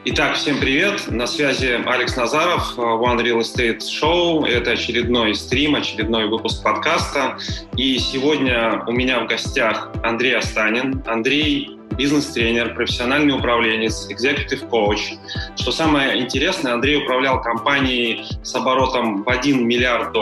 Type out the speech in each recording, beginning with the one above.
Итак, всем привет! На связи Алекс Назаров, One Real Estate Show. Это очередной стрим, очередной выпуск подкаста. И сегодня у меня в гостях Андрей Астанин. Андрей – бизнес-тренер, профессиональный управленец, executive coach. Что самое интересное, Андрей управлял компанией с оборотом в $1 миллиард.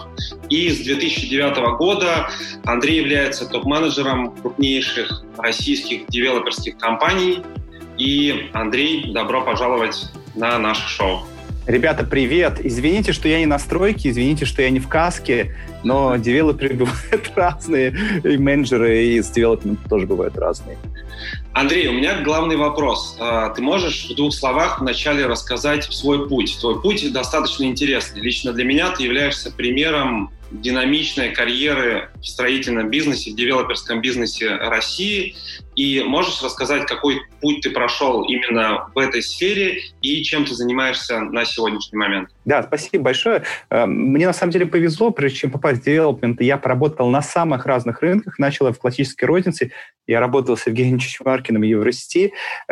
И с 2009 года Андрей является топ-менеджером крупнейших российских девелоперских компаний. И, Андрей, добро пожаловать на наше шоу. Ребята, привет! Извините, что я не на стройке, извините, что я не в каске, но девелоперы бывают разные, и менеджеры из девелопмента тоже бывают разные. Андрей, у меня главный вопрос. Ты можешь в 2 словах вначале рассказать свой путь? Твой путь достаточно интересный. Лично для меня ты являешься примером динамичной карьеры в строительном бизнесе, в девелоперском бизнесе России. И можешь рассказать, какой путь ты прошел именно в этой сфере и чем ты занимаешься на сегодняшний момент? Да, спасибо большое. Мне на самом деле повезло, прежде чем попасть в девелопмент, я поработал на самых разных рынках. Начал в классической рознице. Я работал с Евгением Чичваркиным в Евросети.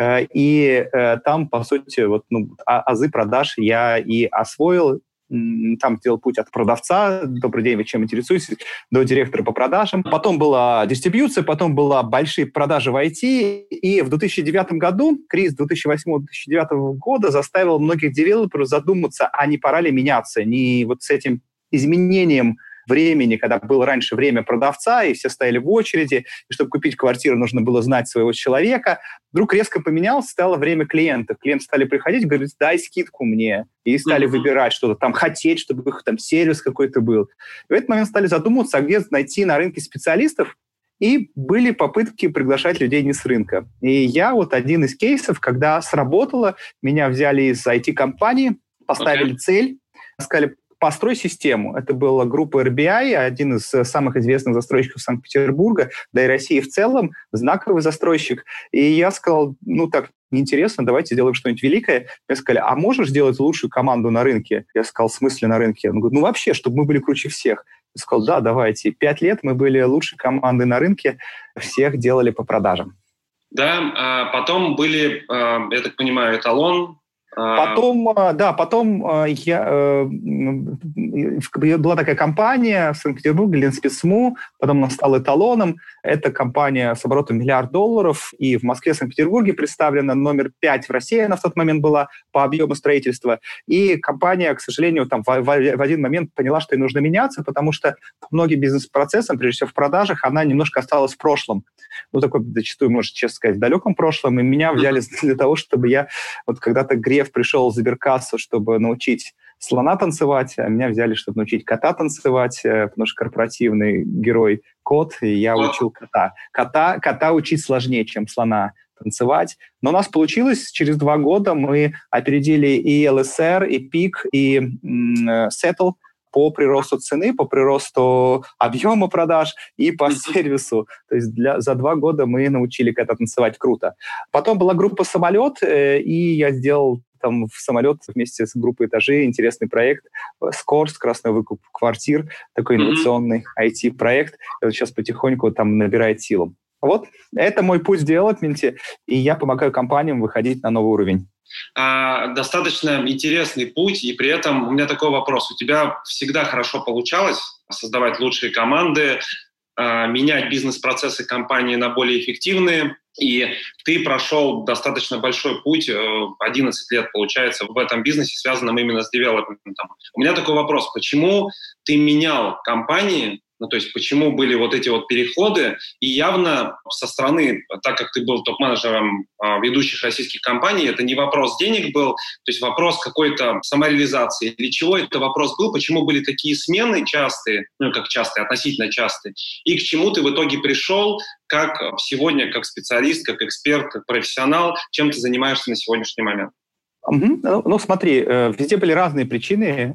И там, по сути, азы продаж я и освоил. Там сделал путь от продавца, добрый день, вы чем интересуетесь, до директора по продажам. Потом была дистрибьюция, потом была большие продажи в IT. И в 2009 году, кризис 2008-2009 года заставил многих девелоперов задуматься, а не пора ли меняться, не вот с этим изменением времени, когда было раньше время продавца, и все стояли в очереди, и чтобы купить квартиру, нужно было знать своего человека. Вдруг резко поменялось, стало время клиентов. Клиенты стали приходить, говорить, дай скидку мне. И стали выбирать что-то, там хотеть, чтобы их там сервис какой-то был. И в этот момент стали задумываться, а где найти на рынке специалистов. И были попытки приглашать людей не с рынка. И я вот один из кейсов, когда сработало, меня взяли из IT-компании, поставили цель, сказали, построй систему. Это была группа RBI, один из самых известных застройщиков Санкт-Петербурга, да и России в целом, знаковый застройщик. И я сказал, так неинтересно, давайте сделаем что-нибудь великое. Мне сказали, а можешь сделать лучшую команду на рынке? Я сказал, в смысле на рынке? Он говорит, вообще, чтобы мы были круче всех. Я сказал, да, давайте. 5 лет мы были лучшей командой на рынке, всех делали по продажам. Да, а потом были, я так понимаю, эталон. Потом была такая компания в Санкт-Петербурге, Ленспецму, потом она стала эталоном. Это компания с оборотом $1 миллиард, и в Москве, Санкт-Петербурге представлена номер 5 в России, она в тот момент была по объему строительства. И компания, к сожалению, там в один момент поняла, что ей нужно меняться, потому что многим бизнес-процессам, прежде всего в продажах, она немножко осталась в прошлом. Такой, зачастую, можно честно сказать, в далеком прошлом. И меня взяли для того, чтобы я когда-то пришел в Сберкассу, чтобы научить слона танцевать, а меня взяли, чтобы научить кота танцевать, потому что корпоративный герой кот, и я учил кота. Кота учить сложнее, чем слона танцевать. Но у нас получилось, через 2 года мы опередили и ЛСР, и ПИК, и Settle по приросту цены, по приросту объема продаж и по сервису. То есть за 2 года мы научили кота танцевать круто. Потом была группа «Самолет», и я сделал там в «Самолет» вместе с группой «Этажи» интересный проект «Скорс», красный выкуп квартир, такой инновационный IT-проект. И вот сейчас потихоньку там набирает силу. Вот, это мой путь в девелопменте, и я помогаю компаниям выходить на новый уровень. Достаточно интересный путь, и при этом у меня такой вопрос. У тебя всегда хорошо получалось создавать лучшие команды, менять бизнес-процессы компании на более эффективные, и ты прошел достаточно большой путь, 11 лет, получается, в этом бизнесе, связанном именно с девелопментом. У меня такой вопрос. Почему ты менял компании, то есть почему были вот эти вот переходы, и явно со стороны, так как ты был топ-менеджером ведущих российских компаний, это не вопрос денег был, то есть вопрос какой-то самореализации. Или чего это вопрос был, почему были такие смены частые, относительно частые, и к чему ты в итоге пришел, как сегодня, как специалист, как эксперт, как профессионал, чем ты занимаешься на сегодняшний момент? Смотри, везде были разные причины,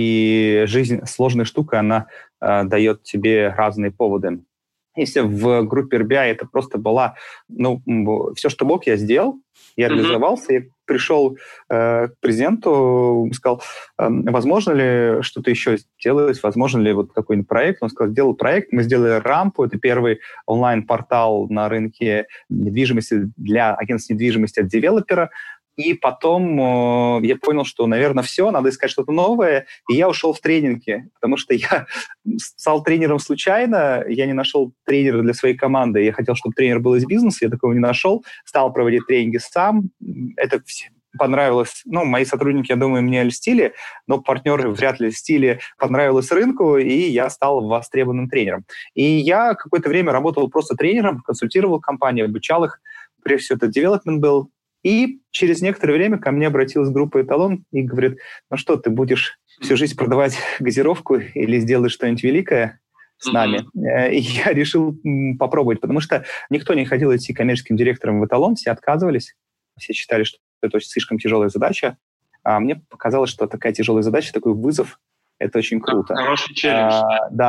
и жизнь сложная штука, она дает тебе разные поводы. Если в группе RBI это просто была, все, что мог, я сделал, я реализовался, я пришел к президенту, сказал, возможно ли что-то еще сделать, возможно ли вот какой-нибудь проект. Он сказал, сделал проект, мы сделали рампу, это первый онлайн-портал на рынке недвижимости для агентств недвижимости от девелопера. И потом я понял, что, наверное, все, надо искать что-то новое, и я ушел в тренинги, потому что я стал тренером случайно, я не нашел тренера для своей команды, я хотел, чтобы тренер был из бизнеса, я такого не нашел, стал проводить тренинги сам, это понравилось, мои сотрудники, я думаю, мне льстили, но партнеры вряд ли льстили, понравилось рынку, и я стал востребованным тренером. И я какое-то время работал просто тренером, консультировал компании, обучал их, прежде всего это development был. И через некоторое время ко мне обратилась группа «Эталон» и говорит, ну что, ты будешь всю жизнь продавать газировку или сделаешь что-нибудь великое с нами? И я решил попробовать, потому что никто не хотел идти коммерческим директором в «Эталон», все отказывались, все считали, что это очень слишком тяжелая задача. А мне показалось, что такая тяжелая задача, такой вызов, это очень круто. Хороший челлендж.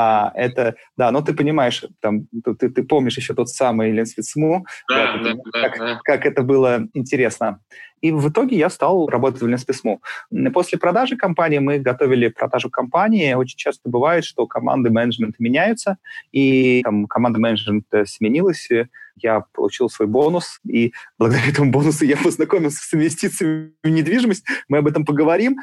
Но ты понимаешь, там, ты помнишь еще тот самый Ленспецму, как это было интересно. И в итоге я стал работать в Ленспецму. После продажи компании мы готовили продажу компании. Очень часто бывает, что команды менеджмента меняются, и там, команда менеджмента сменилась, я получил свой бонус, и благодаря этому бонусу я познакомился с инвестициями в недвижимость, мы об этом поговорим.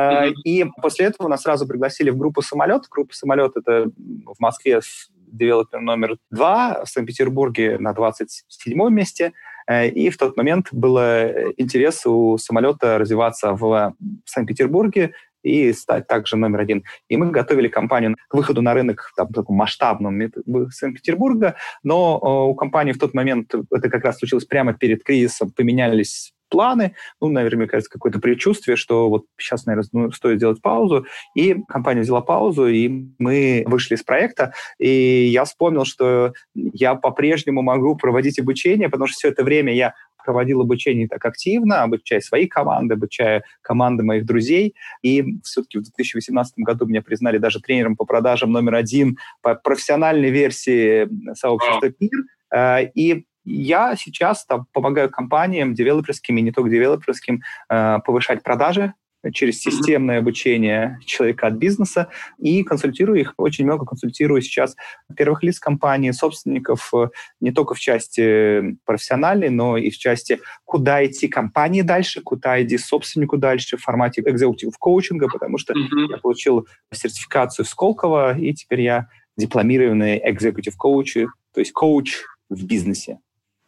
И после этого нас сразу пригласили в группу «Самолет». Группа «Самолет» — это в Москве девелопер номер 2, в Санкт-Петербурге на 27-м месте. И в тот момент был интерес у «Самолета» развиваться в Санкт-Петербурге и стать также номер 1. И мы готовили компанию к выходу на рынок таком масштабном Санкт-Петербурга, но у компании в тот момент, это как раз случилось прямо перед кризисом, поменялись планы, наверное, мне кажется, какое-то предчувствие, что вот сейчас, наверное, стоит сделать паузу, и компания взяла паузу, и мы вышли из проекта, и я вспомнил, что я по-прежнему могу проводить обучение, потому что все это время я проводил обучение не так активно, обучая свои команды, обучая команды моих друзей, и все-таки в 2018 году меня признали даже тренером по продажам номер 1 по профессиональной версии сообщества ПИР, и я сейчас помогаю компаниям девелоперским и не только девелоперским повышать продажи через системное обучение человека от бизнеса и консультирую их. Очень много консультирую сейчас первых лиц компании, собственников, не только в части профессиональной, но и в части, куда идти компании дальше, куда идти собственнику дальше в формате экзекутив коучинга, потому что я получил сертификацию в Сколково, и теперь я дипломированный экзекутив коуч, то есть коуч в бизнесе.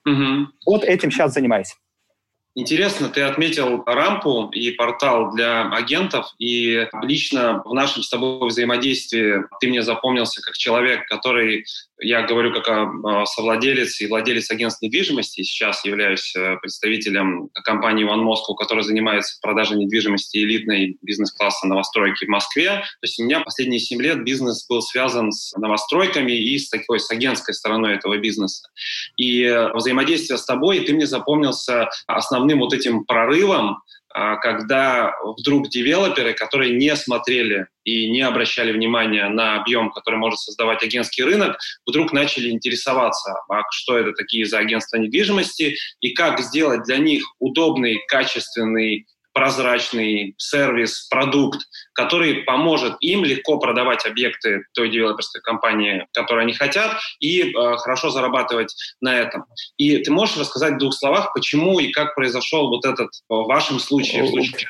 Вот этим сейчас занимаюсь. Интересно, ты отметил рампу и портал для агентов, и лично в нашем с тобой взаимодействии ты мне запомнился как человек, который, я говорю как совладелец и владелец агентств недвижимости, сейчас являюсь представителем компании One Moscow, которая занимается продажей недвижимости элитной бизнес-класса новостройки в Москве. То есть у меня последние 7 лет бизнес был связан с новостройками и с агентской стороной этого бизнеса. И взаимодействие с тобой, ты мне запомнился основным вот этим прорывом, когда вдруг девелоперы, которые не смотрели и не обращали внимания на объем, который может создавать агентский рынок, вдруг начали интересоваться, что это такие за агентства недвижимости и как сделать для них удобный, качественный, прозрачный сервис, продукт, который поможет им легко продавать объекты той девелоперской компании, которую они хотят, и хорошо зарабатывать на этом. И ты можешь рассказать в 2 словах, почему и как произошел вот этот в вашем случае? В случае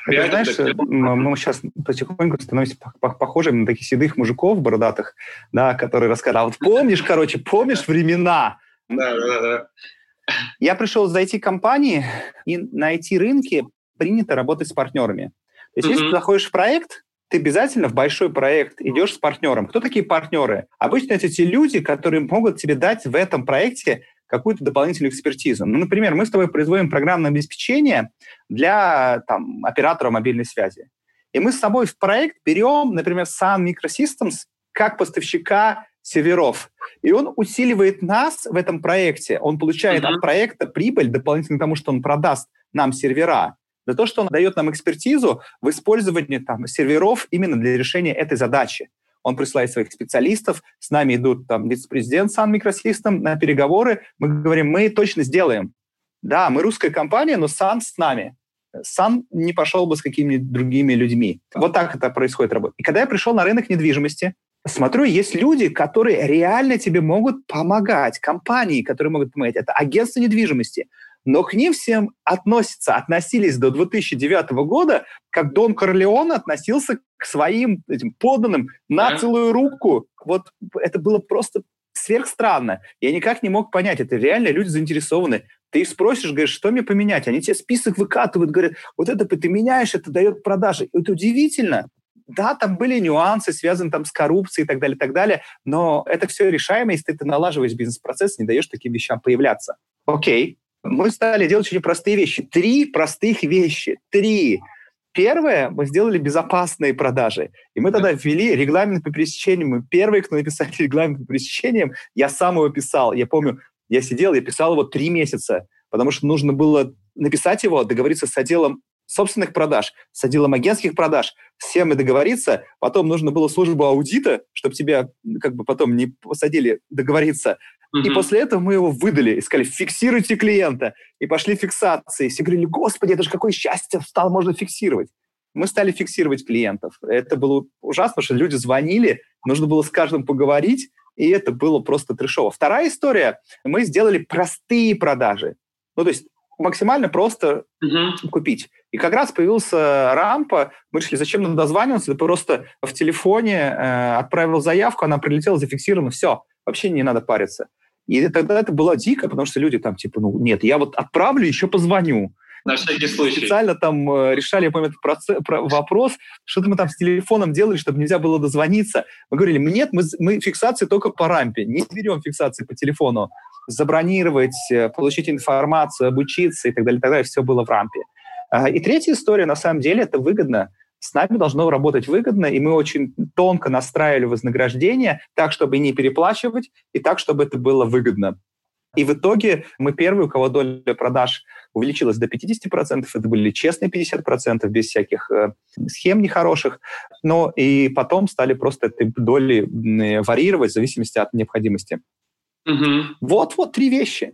мы сейчас потихоньку становимся похожими на таких седых мужиков бородатых, да, которые рассказывают, помнишь времена? Да. Я пришел из IT-компании, и на IT-рынке принято работать с партнерами. То есть, если ты заходишь в проект, ты обязательно в большой проект идешь с партнером. Кто такие партнеры? Обычно это те люди, которые могут тебе дать в этом проекте какую-то дополнительную экспертизу. Например, мы с тобой производим программное обеспечение для оператора мобильной связи. И мы с собой в проект берем, например, Sun Microsystems как поставщика серверов. И он усиливает нас в этом проекте. Он получает от проекта прибыль дополнительно к тому, что он продаст нам сервера, за то, что он дает нам экспертизу в использовании серверов именно для решения этой задачи. Он присылает своих специалистов, с нами идут вице-президент Sun Microsystems на переговоры. Мы говорим, мы точно сделаем. Да, мы русская компания, но Sun с нами. Sun не пошел бы с какими-нибудь другими людьми. Вот так это происходит работа. И когда я пришел на рынок недвижимости, смотрю, есть люди, которые реально тебе могут помогать, компании, которые могут помогать. Это агентство недвижимости. но к ним всем относились до 2009 года, как Дон Корлеоне относился к своим этим подданным на целую руку. Вот это было просто сверхстранно. Я никак не мог понять, это реально люди заинтересованы. Ты их спросишь, говоришь, что мне поменять? Они тебе список выкатывают, говорят, вот это ты меняешь, это дает продажи. Это удивительно. Да, там были нюансы, связанные там с коррупцией и так далее, но это все решаемо, если ты налаживаешь бизнес-процесс, не даешь таким вещам появляться. Окей. Мы стали делать очень простые вещи. 3 простых вещи. 3. Первое, мы сделали безопасные продажи. И мы тогда ввели регламент по пересечениям. Мы первые, кто написали регламент по пересечениям, я сам его писал. Я помню, я писал его 3 месяца, потому что нужно было написать его, договориться с отделом собственных продаж, с отделом агентских продаж, с всеми договориться. Потом нужно было службу аудита, чтобы тебя потом не посадили, договориться. И после этого мы его выдали и сказали, фиксируйте клиента. И пошли фиксации. Все говорили, господи, это же какое счастье, стало можно фиксировать. Мы стали фиксировать клиентов. Это было ужасно, потому что люди звонили, нужно было с каждым поговорить, и это было просто трешово. Вторая история. Мы сделали простые продажи. То есть максимально просто купить. И как раз появился рампа. Мы решили, зачем нам дозваниваться? Ты просто в телефоне отправил заявку, она прилетела, зафиксирована, все. Вообще не надо париться. И тогда это было дико, потому что люди там нет, я вот отправлю, еще позвоню. На всякий случай. Специально там решали, я помню, этот вопрос, что-то мы там с телефоном делали, чтобы нельзя было дозвониться. Мы говорили, нет, мы фиксации только по рампе, не берем фиксации по телефону. Забронировать, получить информацию, обучиться и так далее, все было в рампе. И третья история, на самом деле, это выгодно. С нами должно работать выгодно, и мы очень тонко настраивали вознаграждение так, чтобы не переплачивать, и так, чтобы это было выгодно. И в итоге мы первые, у кого доля продаж увеличилась до 50%, это были честные 50%, без всяких схем нехороших, но и потом стали просто этой доли варьировать в зависимости от необходимости. Вот 3 вещи.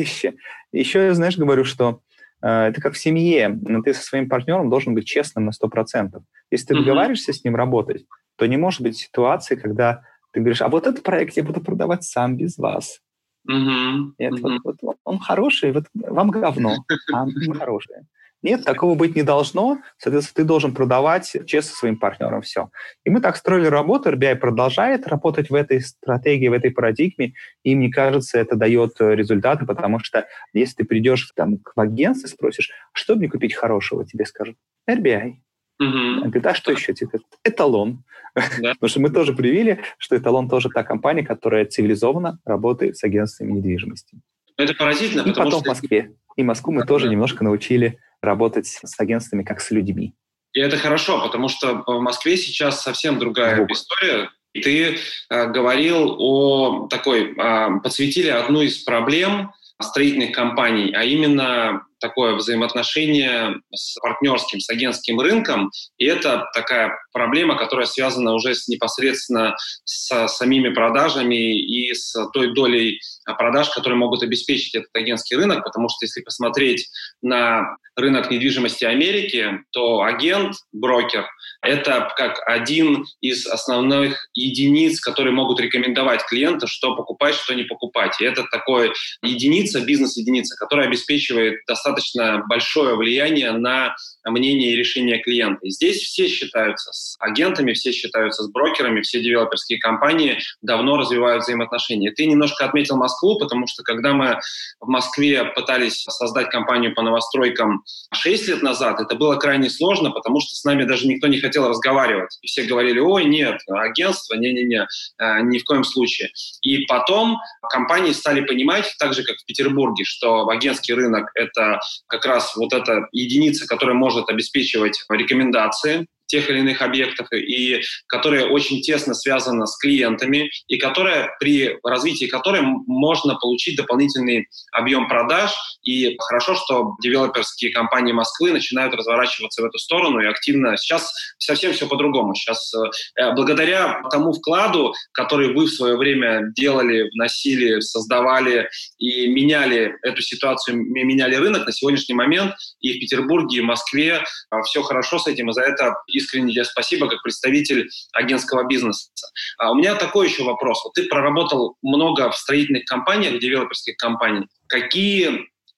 Еще я, знаешь, говорю, что это как в семье. Ты со своим партнером должен быть честным на 100%. Если ты договариваешься с ним работать, то не может быть ситуации, когда ты говоришь, а вот этот проект я буду продавать сам без вас. Нет, вот он хороший, вот вам говно, а мы хорошие. Нет, такого быть не должно. Соответственно, ты должен продавать честно своим партнерам все. И мы так строили работу. RBI продолжает работать в этой стратегии, в этой парадигме. И мне кажется, это дает результаты, потому что если ты придешь в агентство и спросишь, что мне купить хорошего, тебе скажут RBI. Говорит, а что еще? Типа, эталон. Потому что мы тоже привили, что эталон тоже та компания, которая цивилизованно работает с агентствами недвижимости. Это поразительно, и потом в Москве. И Москву мы тоже немножко научили работать с агентствами как с людьми. И это хорошо, потому что в Москве сейчас совсем другая история. Ты говорил подсветили одну из проблем строительных компаний, а именно такое взаимоотношение с партнерским, с агентским рынком. И это такая проблема, которая связана уже непосредственно с самими продажами и с той долей продаж, которые могут обеспечить этот агентский рынок, потому что если посмотреть на рынок недвижимости Америки, то агент, брокер — это как один из основных единиц, которые могут рекомендовать клиенту, что покупать, что не покупать. И это такая единица, бизнес-единица, которая обеспечивает достаточно большое влияние на мнение и решение клиента. И здесь все считаются с агентами, все считаются с брокерами, все девелоперские компании давно развивают взаимоотношения. Ты немножко отметил Москву, потому что когда мы в Москве пытались создать компанию по новостройкам 6 лет назад, это было крайне сложно, потому что с нами даже никто не хотел разговаривать. И все говорили, ой, нет, агентство, не-не-не, ни в коем случае. И потом компании стали понимать, так же, как в Петербурге, что агентский рынок — это как раз вот эта единица, которая может обеспечивать рекомендации тех или иных объектов, и которая очень тесно связана с клиентами, и при развитии которой можно получить дополнительный объем продаж. И хорошо, что девелоперские компании Москвы начинают разворачиваться в эту сторону и активно. Сейчас совсем все по-другому. Сейчас благодаря тому вкладу, который вы в свое время делали, вносили, создавали и меняли эту ситуацию, меняли рынок, на сегодняшний момент и в Петербурге, и в Москве все хорошо с этим, и за это искренне тебе спасибо, как представитель агентского бизнеса. У меня такой еще вопрос. Вот ты проработал много в строительных компаниях, в девелоперских компаниях. Какие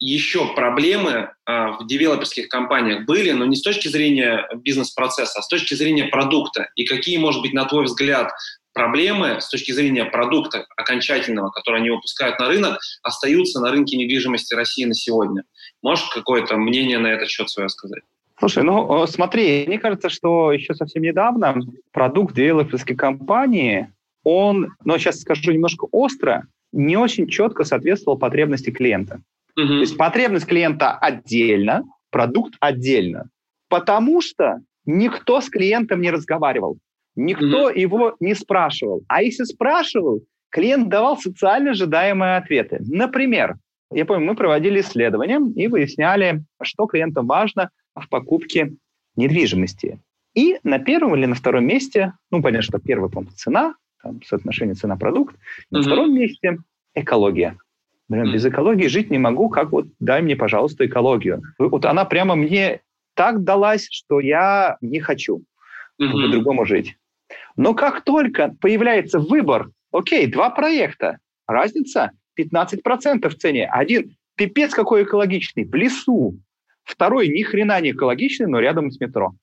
еще проблемы в девелоперских компаниях были, но не с точки зрения бизнес-процесса, а с точки зрения продукта? И какие, может быть, на твой взгляд, проблемы с точки зрения продукта окончательного, который они выпускают на рынок, остаются на рынке недвижимости России на сегодня? Можешь какое-то мнение на этот счет свое сказать? Слушай, смотри, мне кажется, что еще совсем недавно продукт девелоперской компании, сейчас скажу немножко остро, не очень четко соответствовал потребности клиента. То есть потребность клиента отдельно, продукт отдельно. Потому что никто с клиентом не разговаривал, никто его не спрашивал. А если спрашивал, клиент давал социально ожидаемые ответы. Например, я помню, мы проводили исследования и выясняли, что клиентам важно в покупке недвижимости. И на первом или на втором месте, понятно, что первый пункт – цена, соотношение цена-продукт, на втором месте – экология. Без экологии жить не могу, дай мне, пожалуйста, экологию. Вот она прямо мне так далась, что я не хочу по-другому жить. Но как только появляется выбор, 2 проекта, разница 15% в цене. Один пипец какой экологичный, в лесу. Второй ни хрена не экологичный, но рядом с метро.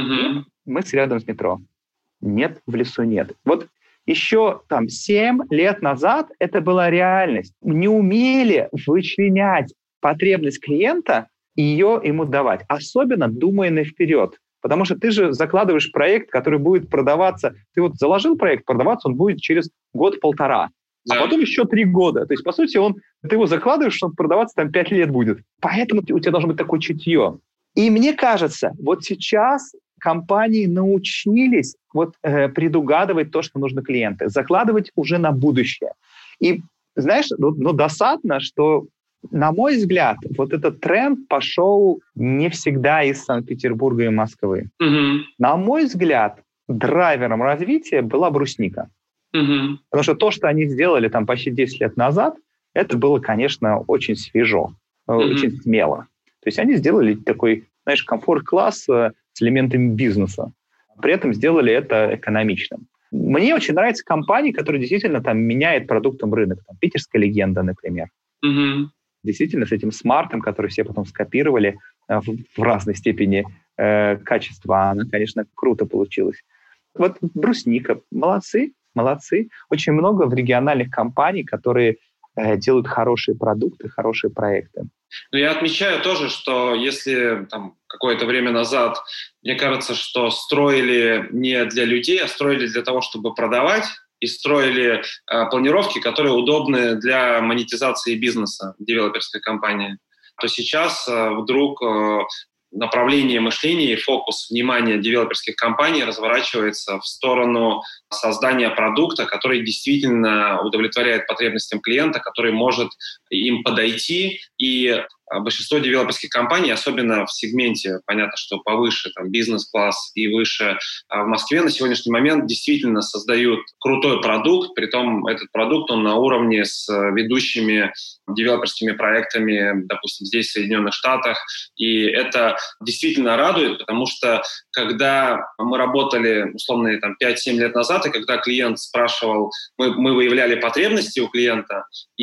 Мы рядом с метро. Нет, в лесу нет. Вот еще 7 лет назад это была реальность. Не умели вычленять потребность клиента и ее ему давать. Особенно думая наперед. Потому что ты же закладываешь проект, который будет продаваться. Ты заложил проект, продаваться он будет через год-полтора. А потом еще 3 года. То есть, по сути, ты его закладываешь, чтобы продаваться 5 лет будет. Поэтому у тебя должно быть такое чутье. И мне кажется, сейчас компании научились предугадывать то, что нужно клиенту, закладывать уже на будущее. И, знаешь, досадно, что, на мой взгляд, этот тренд пошел не всегда из Санкт-Петербурга и Москвы. На мой взгляд, драйвером развития была брусника. Потому что то, что они сделали почти 10 лет назад, это было, конечно, очень свежо, очень смело. То есть они сделали такой, комфорт-класс с элементами бизнеса. При этом сделали это экономичным. Мне очень нравятся компании, которые действительно меняют продуктом рынок. Питерская легенда, например. Действительно, с этим смартом, который все потом скопировали в разной степени качества, она, конечно, круто получилась. Брусника. Молодцы. Очень много в региональных компаний, которые делают хорошие продукты, хорошие проекты. Я отмечаю тоже, что если какое-то время назад, мне кажется, что строили не для людей, а строили для того, чтобы продавать, и строили планировки, которые удобны для монетизации бизнеса девелоперской компании, то сейчас вдруг направление мышления и фокус внимания девелоперских компаний разворачивается в сторону создания продукта, который действительно удовлетворяет потребностям клиента, который может им подойти. И большинство девелоперских компаний, особенно в сегменте, понятно, что повыше, бизнес-класс и выше, в Москве на сегодняшний момент действительно создают крутой продукт, притом этот продукт, он на уровне с ведущими девелоперскими проектами, допустим, здесь, в Соединенных Штатах, и это действительно радует, потому что когда мы работали, условно, 5-7 лет назад, и когда клиент спрашивал, мы выявляли потребности у клиента,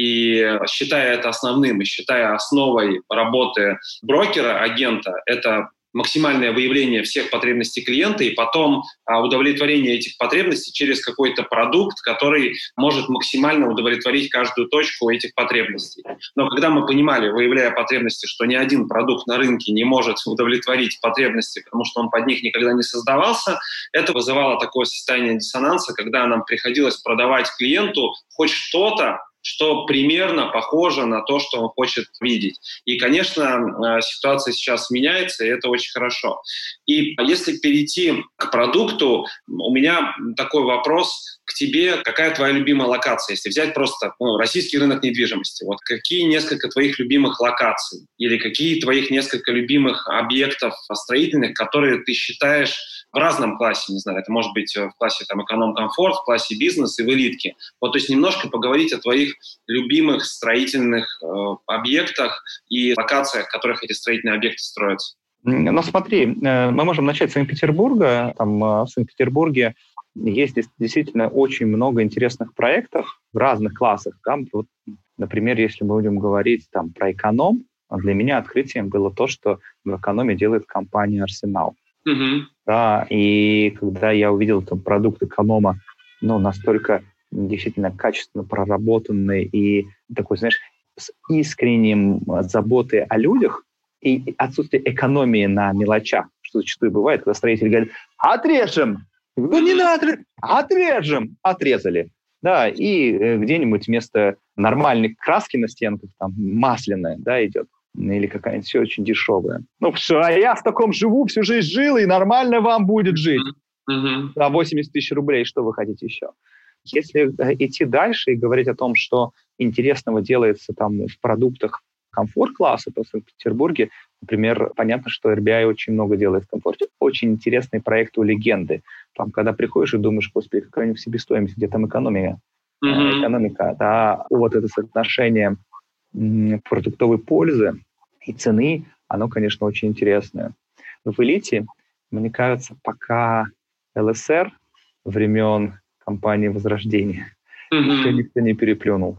и считая это основным, и считая основой работы брокера, агента, это максимальное выявление всех потребностей клиента и потом удовлетворение этих потребностей через какой-то продукт, который может максимально удовлетворить каждую точку этих потребностей. Но когда мы понимали, выявляя потребности, что ни один продукт на рынке не может удовлетворить потребности, потому что он под них никогда не создавался, это вызывало такое состояние диссонанса, когда нам приходилось продавать клиенту хоть что-то, что примерно похоже на то, что он хочет видеть. И, конечно, ситуация сейчас меняется, и это очень хорошо. И если перейти к продукту, у меня такой вопрос к тебе. Какая твоя любимая локация? Если взять просто российский рынок недвижимости, какие несколько твоих любимых локаций или какие твоих несколько любимых объектов строительных, которые ты считаешь в разном классе, не знаю, это может быть в классе эконом-комфорт, в классе бизнес и в элитке. То есть немножко поговорить о твоих любимых строительных объектах и локациях, в которых эти строительные объекты строятся. Смотри, мы можем начать с Санкт-Петербурга. В Санкт-Петербурге есть действительно очень много интересных проектов в разных классах. Например, если мы будем говорить про эконом, для меня открытием было то, что в экономе делает компания «Арсенал». Да, и когда я увидел там продукт эконома, настолько действительно качественно проработанный и такой, знаешь, с искренним заботой о людях и отсутствие экономии на мелочах, что зачастую бывает, когда строители говорят: «Отрежем!» Не надо, отрежем! Отрезали. Да, и где-нибудь вместо нормальной краски на стенках там масляная, да, идет. Или какая-нибудь все очень дешевая. Что, а я в таком живу, всю жизнь жил, и нормально вам будет жить. За 80 тысяч рублей, что вы хотите еще? Если идти дальше и говорить о том, что интересного делается там в продуктах комфорт-класса, то в Санкт-Петербурге, например, понятно, что RBI очень много делает в комфорте. Очень интересный проект у «Легенды». Там, когда приходишь и думаешь: господи, какая у них себестоимость, где там экономия? Экономика, да, вот это соотношение продуктовой пользы и цены, оно, конечно, очень интересное. В «Элите», мне кажется, пока ЛСР времен компании «Возрождение» еще никто не переплюнул.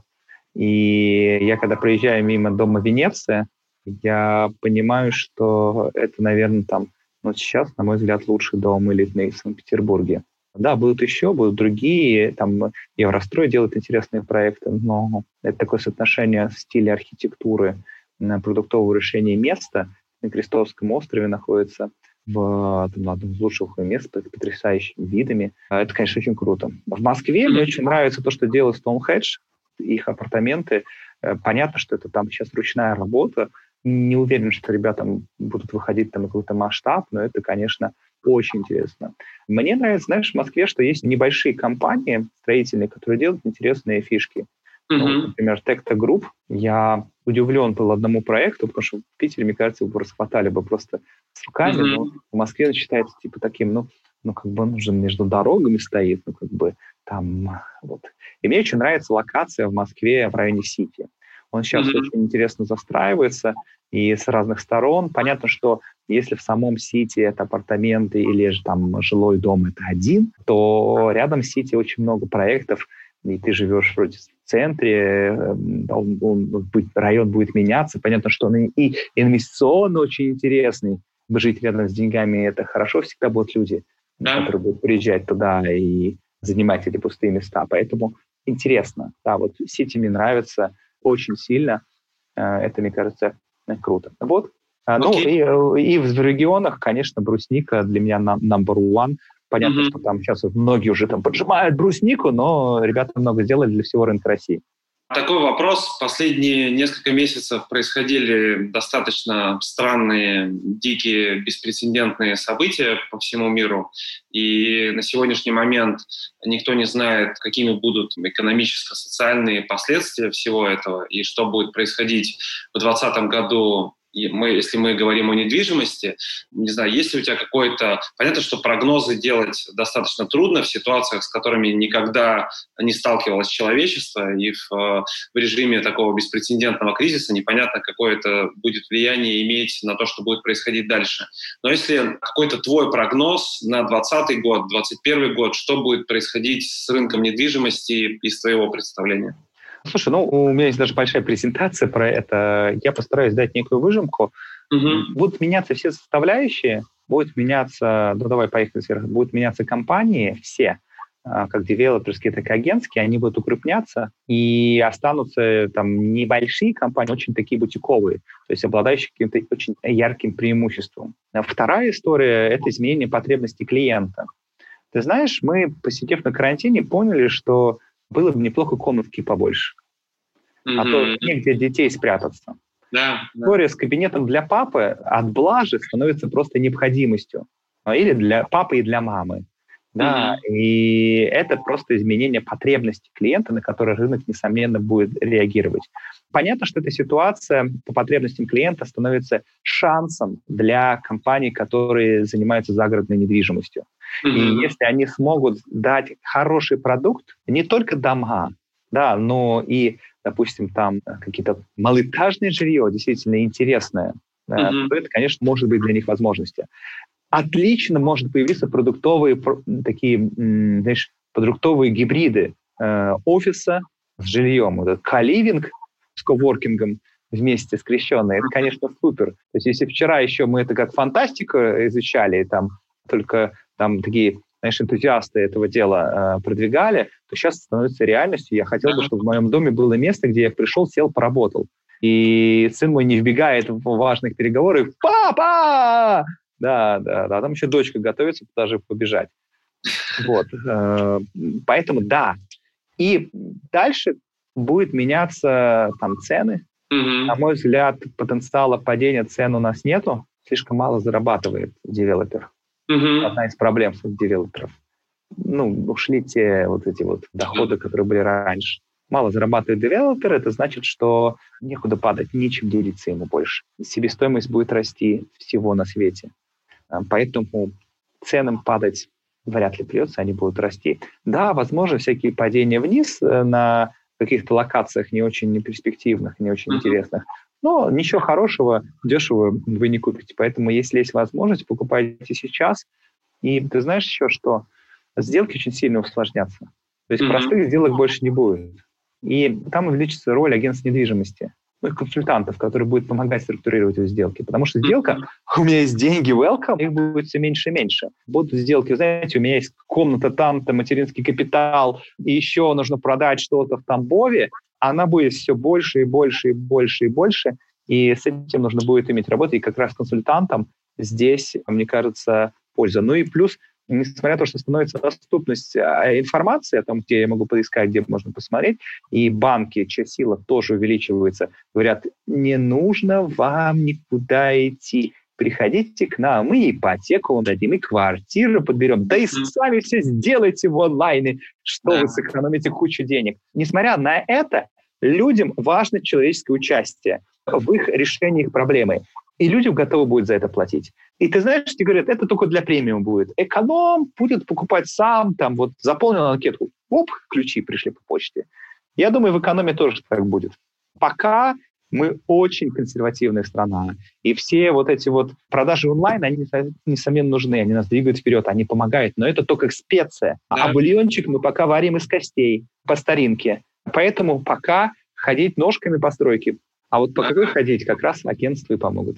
И я, когда проезжаю мимо дома Венеция, я понимаю, что это, наверное, там, сейчас, на мой взгляд, лучший дом элитный в Санкт-Петербурге. Да, будут другие, там Еврострой делает интересные проекты, но это такое соотношение стиля архитектуры, продуктового решения места. На Крестовском острове находится в одном из лучших мест с потрясающими видами. Это, конечно, очень круто. В Москве мне очень нравится то, что делает Stonehenge, их апартаменты. Понятно, что это там сейчас ручная работа. Не уверен, что ребятам будут выходить там на какой-то масштаб, но это, конечно, очень интересно. Мне нравится, знаешь, в Москве, что есть небольшие компании строительные, которые делают интересные фишки. Например, Tecta Group. Я удивлен был одному проекту, потому что в Питере, мне кажется, его расхватали бы просто с руками, но в Москве он считается типа таким, он же между дорогами стоит, там, вот. И мне очень нравится локация в Москве в районе Сити. Он сейчас очень интересно застраивается, и с разных сторон. Понятно, что если в самом Сити это апартаменты или же там жилой дом это один, то рядом с Сити очень много проектов, и ты живешь вроде в центре, район будет меняться. Понятно, что он и инвестиционно очень интересный. Жить рядом с деньгами – это хорошо, всегда будут люди, которые будут приезжать туда и занимать эти пустые места. Поэтому интересно. Да, вот Сити мне нравится очень сильно. Это, мне кажется, круто. Вот. И в регионах, конечно, брусника для меня number one. Понятно, что там сейчас многие уже там поджимают бруснику, но ребята много сделали для всего рынка России. Такой вопрос. Последние несколько месяцев происходили достаточно странные, дикие, беспрецедентные события по всему миру. И на сегодняшний момент никто не знает, какими будут экономическо-социальные последствия всего этого и что будет происходить в 2020 году. Если мы говорим о недвижимости, не знаю, есть ли у тебя какой-то... Понятно, что прогнозы делать достаточно трудно в ситуациях, с которыми никогда не сталкивалось человечество, и в режиме такого беспрецедентного кризиса непонятно, какое это будет влияние иметь на то, что будет происходить дальше. Но если какой-то твой прогноз на 2020 год, 2021 год, что будет происходить с рынком недвижимости из твоего представления? Слушай, у меня есть даже большая презентация про это. Я постараюсь дать некую выжимку. Будут меняться все составляющие, будут меняться, давай поехали сверху, будут меняться компании все, как девелоперские, так и агентские, они будут укрупняться, и останутся там небольшие компании, очень такие бутиковые, то есть обладающие каким-то очень ярким преимуществом. Вторая история – это изменение потребностей клиента. Ты знаешь, мы, посидев на карантине, поняли, что было бы неплохо комнатки побольше. А то негде детей спрятаться. История с кабинетом для папы от блажи становится просто необходимостью. Или для папы и для мамы. Да, и это просто изменение потребностей клиента, на которые рынок, несомненно, будет реагировать. Понятно, что эта ситуация по потребностям клиента становится шансом для компаний, которые занимаются загородной недвижимостью. И если они смогут дать хороший продукт, не только дома, да, но и, допустим, там какие-то малоэтажное жилье, действительно интересное, то это, конечно, может быть для них возможностью. Отлично может появиться продуктовые такие, знаешь, продуктовые гибриды офиса с жильем. Вот этот коливинг с коворкингом, вместе скрещенные, это, конечно, супер. То есть если вчера еще мы это как фантастику изучали, там только там такие, знаешь, энтузиасты этого дела продвигали, то сейчас становится реальностью. Я хотел бы, чтобы в моем доме было место, где я пришел, сел, поработал. И сын мой не вбегает в важных переговорах: «Папа!» Да, там еще дочка готовится даже побежать. Вот. Поэтому да. И дальше будет меняться там цены. На мой взгляд, потенциала падения цен у нас нету. Слишком мало зарабатывает девелопер. Одна из проблем девелоперов. Ушли те вот эти вот доходы, которые были раньше. Мало зарабатывает девелопер, это значит, что некуда падать, нечем делиться ему больше. Себестоимость будет расти всего на свете. Поэтому ценам падать вряд ли придется, они будут расти. Да, возможно, всякие падения вниз на каких-то локациях не очень перспективных, не очень интересных, но ничего хорошего, дешево вы не купите. Поэтому, если есть возможность, покупайте сейчас. И ты знаешь еще, что сделки очень сильно усложнятся. То есть простых сделок больше не будет. И там увеличится роль агентств недвижимости, консультантов, которые будут помогать структурировать эти сделки. Потому что сделка, у меня есть деньги, welcome, их будет все меньше и меньше. Будут сделки, знаете, у меня есть комната там-то, материнский капитал, и еще нужно продать что-то в Тамбове, она будет все больше и больше и больше и больше, и с этим нужно будет иметь работу, и как раз консультантам здесь, мне кажется, польза. Ну и плюс, несмотря на то, что становится доступность информации о том, где я могу поискать, где можно посмотреть, и банки, чья сила тоже увеличивается, говорят, не нужно вам никуда идти, приходите к нам, мы ипотеку вам дадим, и квартиру подберем, да и сами все сделайте в онлайне, что вы сэкономите кучу денег. Несмотря на это, людям важно человеческое участие в их решении их проблемы. И людям готовы будут за это платить. И ты знаешь, тебе говорят, это только для премиум будет. Эконом будет покупать сам, там вот заполнил анкетку, оп, ключи пришли по почте. Я думаю, в экономе тоже так будет. Пока мы очень консервативная страна, и все вот эти вот продажи онлайн, они, несомненно, нужны, они нас двигают вперед, они помогают, но это только специя. А бульончик мы пока варим из костей по старинке. Поэтому пока ходить ножками по стройке. А вот по какой ходить, как раз агентства и помогут.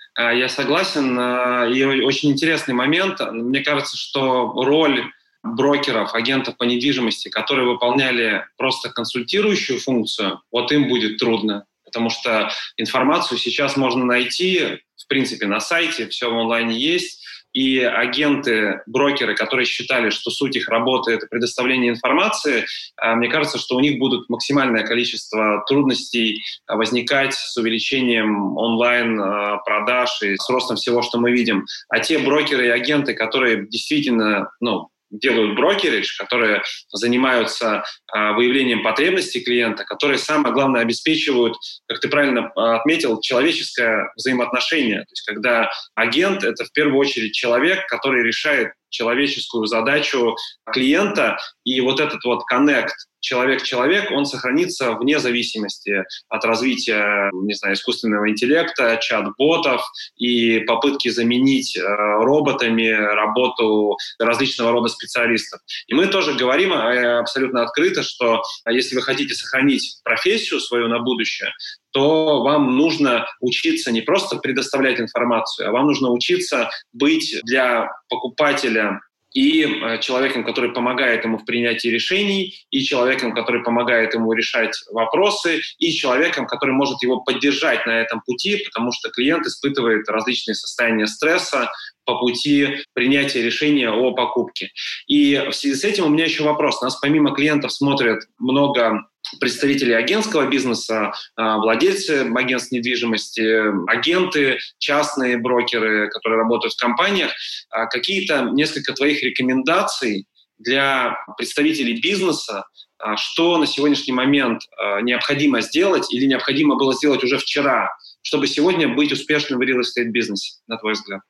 Я согласен. И очень интересный момент. Мне кажется, что роль брокеров, агентов по недвижимости, которые выполняли просто консультирующую функцию, вот им будет трудно. Потому что информацию сейчас можно найти, в принципе, на сайте, все в онлайне есть. И агенты, брокеры, которые считали, что суть их работы – это предоставление информации, мне кажется, что у них будут максимальное количество трудностей возникать с увеличением онлайн-продаж и с ростом всего, что мы видим. А те брокеры и агенты, которые действительно делают брокеридж, которые занимаются выявлением потребностей клиента, которые, самое главное, обеспечивают, как ты правильно отметил, человеческое взаимоотношение. То есть когда агент — это в первую очередь человек, который решает человеческую задачу клиента, и вот этот вот коннект человек-человек, он сохранится вне зависимости от развития, искусственного интеллекта, чат-ботов и попытки заменить роботами работу различного рода специалистов. И мы тоже говорим абсолютно открыто, что если вы хотите сохранить профессию свою на будущее, то вам нужно учиться не просто предоставлять информацию, а вам нужно учиться быть для покупателя и человеком, который помогает ему в принятии решений, и человеком, который помогает ему решать вопросы, и человеком, который может его поддержать на этом пути, потому что клиент испытывает различные состояния стресса по пути принятия решения о покупке. И в связи с этим у меня еще вопрос. Нас помимо клиентов смотрят много представители агентского бизнеса, владельцы агентств недвижимости, агенты, частные брокеры, которые работают в компаниях. Какие-то несколько твоих рекомендаций для представителей бизнеса, что на сегодняшний момент необходимо сделать или необходимо было сделать уже вчера, чтобы сегодня быть успешным в real estate бизнесе, на твой взгляд?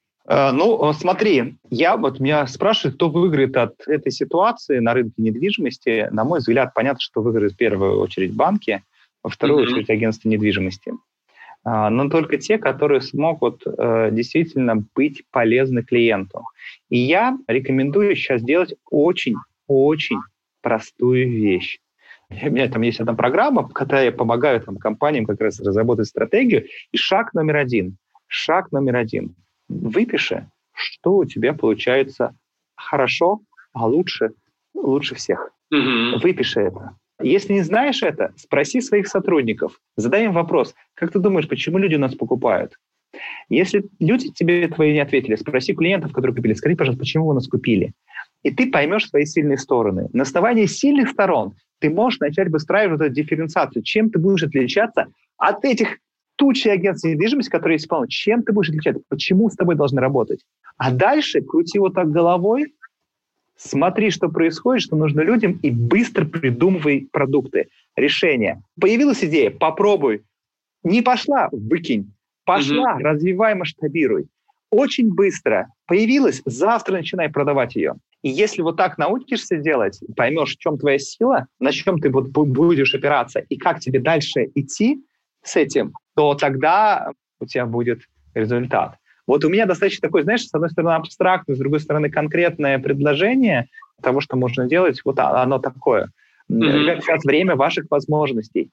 Смотри, меня спрашивают, кто выиграет от этой ситуации на рынке недвижимости. На мой взгляд, понятно, что выиграют в первую очередь банки, во вторую очередь агентства недвижимости. Но только те, которые смогут действительно быть полезны клиенту. И я рекомендую сейчас делать очень-очень простую вещь. У меня там есть одна программа, когда я помогаю там, компаниям как раз разработать стратегию. И шаг номер один. Выпиши, что у тебя получается хорошо, а лучше всех. Выпиши это. Если не знаешь это, спроси своих сотрудников. Задай им вопрос. Как ты думаешь, почему люди у нас покупают? Если люди тебе твои не ответили, спроси клиентов, которые купили. Скажи, пожалуйста, почему вы нас купили? И ты поймешь свои сильные стороны. На основании сильных сторон ты можешь начать выстраивать эту дифференциацию. Чем ты будешь отличаться от этих тучи агентств недвижимости, которые есть полно? Чем ты будешь отличаться? Почему с тобой должны работать? А дальше крути вот так головой, смотри, что происходит, что нужно людям, и быстро придумывай продукты, решения. Появилась идея, попробуй. Не пошла, выкинь. Пошла, развивай, масштабируй. Очень быстро. Появилась, завтра начинай продавать ее. И если вот так научишься делать, поймешь, в чем твоя сила, на чем ты будешь опираться, и как тебе дальше идти с этим, то тогда у тебя будет результат. Вот у меня достаточно такой, знаешь, с одной стороны абстрактное, с другой стороны конкретное предложение того, что можно делать, вот оно такое. Ребята, сейчас время ваших возможностей.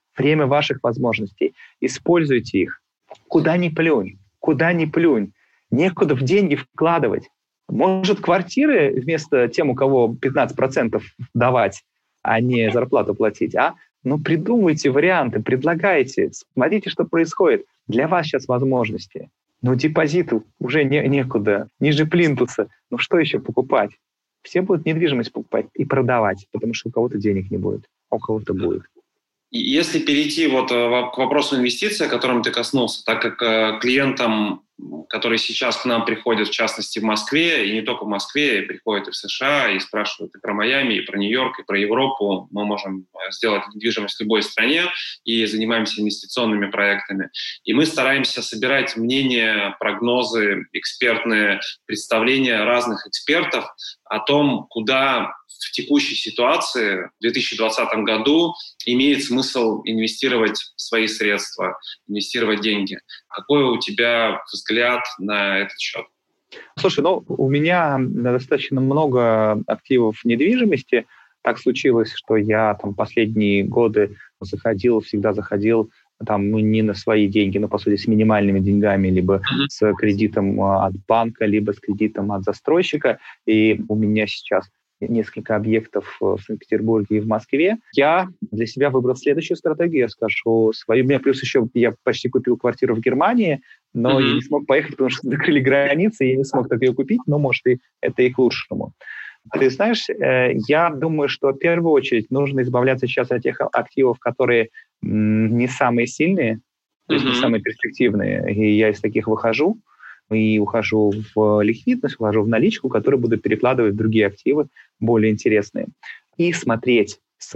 Используйте их. Куда ни плюнь. Некуда в деньги вкладывать. Может, квартиры вместо тем, у кого 15% давать, а не зарплату платить, а? Ну, придумывайте варианты, предлагайте, смотрите, что происходит. Для вас сейчас возможности. Но депозиту уже некуда, ниже плинтуса. Ну, что еще покупать? Все будут недвижимость покупать и продавать, потому что у кого-то денег не будет, а у кого-то будет. Если перейти вот к вопросу инвестиций, о котором ты коснулся, так как клиентам, которые сейчас к нам приходят, в частности, в Москве, и не только в Москве, и приходят и в США, и спрашивают и про Майами, и про Нью-Йорк, и про Европу, мы можем сделать недвижимость в любой стране и занимаемся инвестиционными проектами. И мы стараемся собирать мнения, прогнозы, экспертные представления разных экспертов о том, куда в текущей ситуации, в 2020 году, имеет смысл инвестировать свои средства, инвестировать деньги. Какой у тебя взгляд на этот счет? Слушай, у меня достаточно много активов недвижимости. Так случилось, что я там последние годы всегда заходил там, не на свои деньги, но, по сути, с минимальными деньгами, либо с кредитом от банка, либо с кредитом от застройщика. И у меня сейчас несколько объектов в Санкт-Петербурге и в Москве. Я для себя выбрал следующую стратегию, я скажу свою. У меня плюс еще я почти купил квартиру в Германии, но я не смог поехать, потому что закрыли границы, я не смог так ее купить, но, может, это и к лучшему. Ты знаешь, я думаю, что в первую очередь нужно избавляться сейчас от тех активов, которые не самые сильные, то есть не самые перспективные, и я из таких выхожу. И ухожу в ликвидность, ухожу в наличку, которую буду перекладывать в другие активы, более интересные. И смотреть,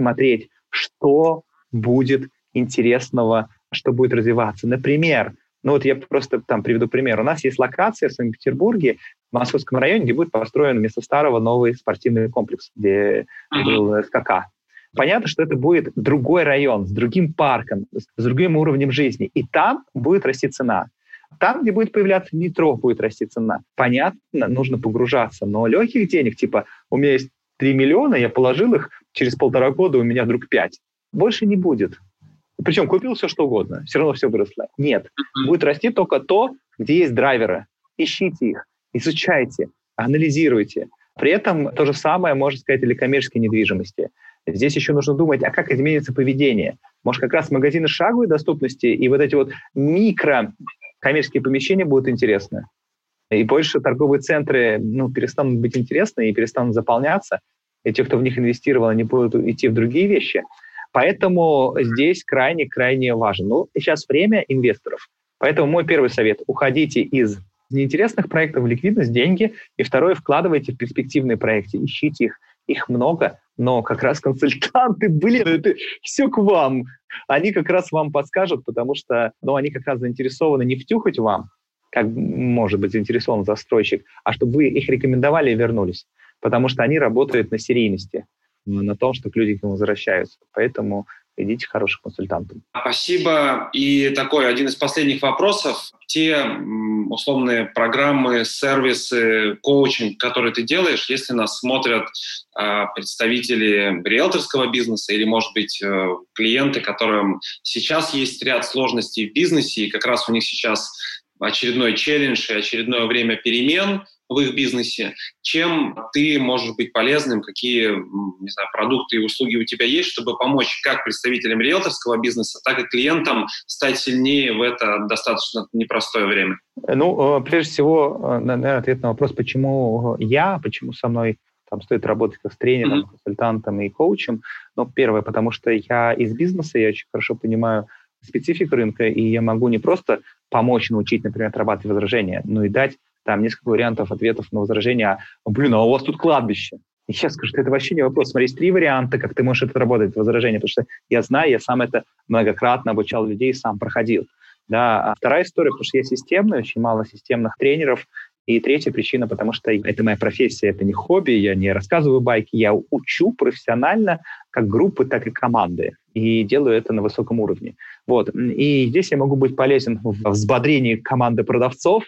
что будет интересного, что будет развиваться. Например, я просто там приведу пример. У нас есть локация в Санкт-Петербурге, в Московском районе, где будет построен вместо старого новый спортивный комплекс, где был СКК. Понятно, что это будет другой район, с другим парком, с другим уровнем жизни. И там будет расти цена. Там, где будет появляться метро, будет расти цена. Понятно, нужно погружаться, но легких денег, типа у меня есть 3 миллиона, я положил их, через 1,5 года у меня вдруг 5. Больше не будет. Причем купил все, что угодно, все равно все выросло. Нет, будет расти только то, где есть драйверы. Ищите их, изучайте, анализируйте. При этом то же самое можно сказать и для коммерческой недвижимости. Здесь еще нужно думать, а как изменится поведение. Может, как раз магазины шаговой доступности и вот эти вот коммерческие помещения будут интересны. И больше торговые центры перестанут быть интересны и перестанут заполняться. И те, кто в них инвестировал, они будут идти в другие вещи. Поэтому здесь крайне важно. Сейчас время инвесторов. Поэтому мой первый совет – уходите из неинтересных проектов в ликвидность, деньги. И второе – вкладывайте в перспективные проекты. Ищите их. Их много, но как раз консультанты, это все к вам. Они как раз вам подскажут, потому что они как раз заинтересованы не втюхать вам, как может быть заинтересован застройщик, а чтобы вы их рекомендовали и вернулись. Потому что они работают на серийности, на том, что люди к нему возвращаются. Поэтому идите к хорошим консультантам. Спасибо. И такой один из последних вопросов. Те условные программы, сервисы, коучинг, которые ты делаешь, если нас смотрят представители риэлторского бизнеса или, может быть, клиенты, которым сейчас есть ряд сложностей в бизнесе, и как раз у них сейчас очередной челлендж и очередное время перемен в их бизнесе, чем ты можешь быть полезным, какие, не знаю, продукты и услуги у тебя есть, чтобы помочь как представителям риэлторского бизнеса, так и клиентам стать сильнее в это достаточно непростое время? Ну, прежде всего, наверное, ответ на вопрос, почему со мной там стоит работать как с тренером, консультантом и коучем. Ну, первое, потому что я из бизнеса, я очень хорошо понимаю специфику рынка, и я могу не просто помочь научить, например, отрабатывать возражения, но и дать там несколько вариантов ответов на возражения. А у вас тут кладбище. И я скажу, что это вообще не вопрос. Смотри, есть 3 варианта, как ты можешь это работать, возражение, потому что я знаю, я сам это многократно обучал людей, сам проходил. Да. А вторая история, потому что я системный, очень мало системных тренеров. И третья причина, потому что это моя профессия, это не хобби, я не рассказываю байки, я учу профессионально как группы, так и команды. И делаю это на высоком уровне. Вот. И здесь я могу быть полезен в взбодрении команды продавцов.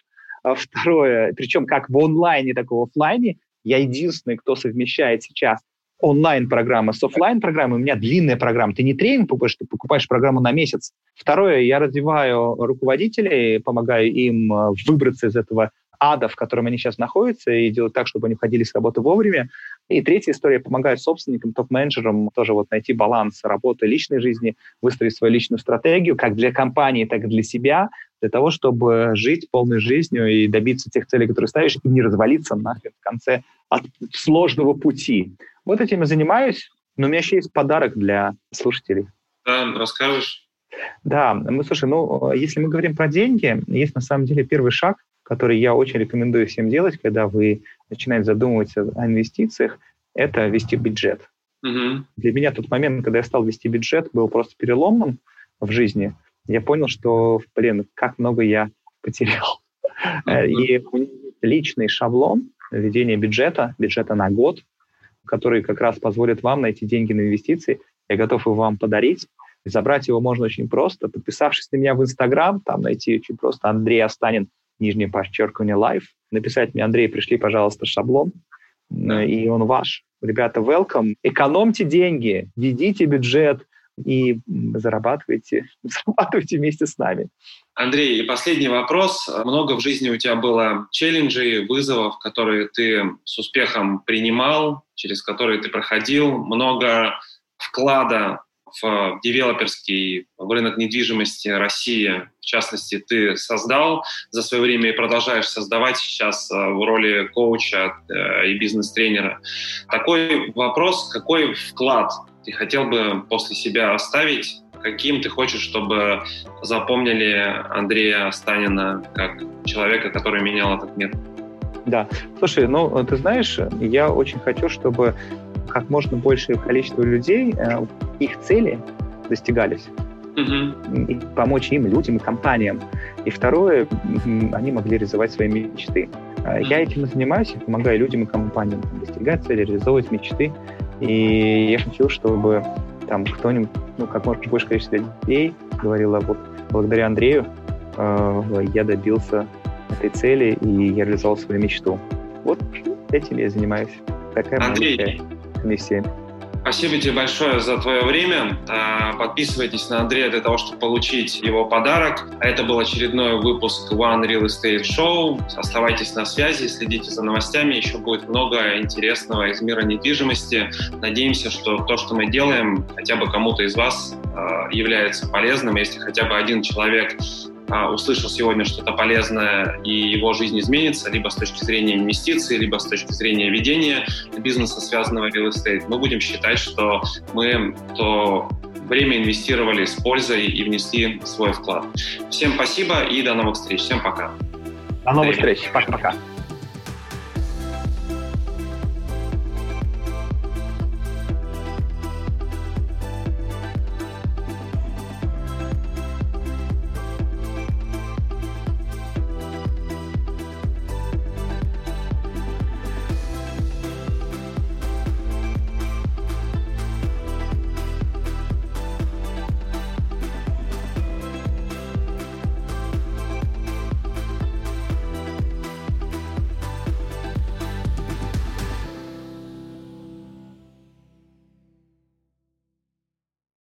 Второе, причем как в онлайне, так и в офлайне, я единственный, кто совмещает сейчас онлайн-программы с офлайн-программой. У меня длинная программа. Ты не тренинг покупаешь, ты покупаешь программу на месяц. Второе, я развиваю руководителей, помогаю им выбраться из этого ада, в котором они сейчас находятся, и делать так, чтобы они уходили с работы вовремя. И третья история, помогаю собственникам, топ-менеджерам тоже вот найти баланс работы и личной жизни, выстроить свою личную стратегию, как для компании, так и для себя, для того, чтобы жить полной жизнью и добиться тех целей, которые ставишь, и не развалиться нахрен в конце от сложного пути. Вот этим я занимаюсь, но у меня еще есть подарок для слушателей. Да, расскажешь? Да, слушай, если мы говорим про деньги, есть на самом деле первый шаг, который я очень рекомендую всем делать, когда вы начинаете задумываться о инвестициях, это вести бюджет. Для меня тот момент, когда я стал вести бюджет, был просто переломным в жизни. Я понял, что, как много я потерял. И у меня есть личный шаблон ведения бюджета на год, который как раз позволит вам найти деньги на инвестиции. Я готов его вам подарить. Забрать его можно очень просто. Подписавшись на меня в Инстаграм, там найти очень просто Андрей Астанин, _live. Написать мне: Андрей, пришли, пожалуйста, шаблон. И он ваш. Ребята, welcome. Экономьте деньги, ведите бюджет и зарабатывайте вместе с нами. Андрей, и последний вопрос. Много в жизни у тебя было челленджей, вызовов, которые ты с успехом принимал, через которые ты проходил. Много вклада в девелоперский, в рынок недвижимости России, в частности, ты создал за свое время и продолжаешь создавать сейчас в роли коуча и бизнес-тренера. Такой вопрос: какой вклад ты хотел бы после себя оставить? Каким ты хочешь, чтобы запомнили Андрея Астанина как человека, который менял этот мир? Да. Слушай, ты знаешь, я очень хочу, чтобы как можно большее количество людей, их цели достигались. И помочь им, людям и компаниям. И второе, они могли реализовать свои мечты. Я этим и занимаюсь, и помогаю людям и компаниям достигать цели, реализовывать мечты. И я хочу, чтобы там кто-нибудь, как можно больше количество людей говорило: вот благодаря Андрею я добился этой цели, и я реализовал свою мечту. Вот этим я занимаюсь. Такая Андрей, миссия. Спасибо тебе большое за твое время. Подписывайтесь на Андрея для того, чтобы получить его подарок. Это был очередной выпуск One Real Estate Show. Оставайтесь на связи, следите за новостями. Еще будет много интересного из мира недвижимости. Надеемся, что то, что мы делаем, хотя бы кому-то из вас является полезным. Если хотя бы один человек услышал сегодня что-то полезное, и его жизнь изменится, либо с точки зрения инвестиций, либо с точки зрения ведения бизнеса, связанного с real estate, мы будем считать, что мы то время инвестировали с пользой и внесли свой вклад. Всем спасибо и до новых встреч. Всем пока. До новых встреч. Пока-пока.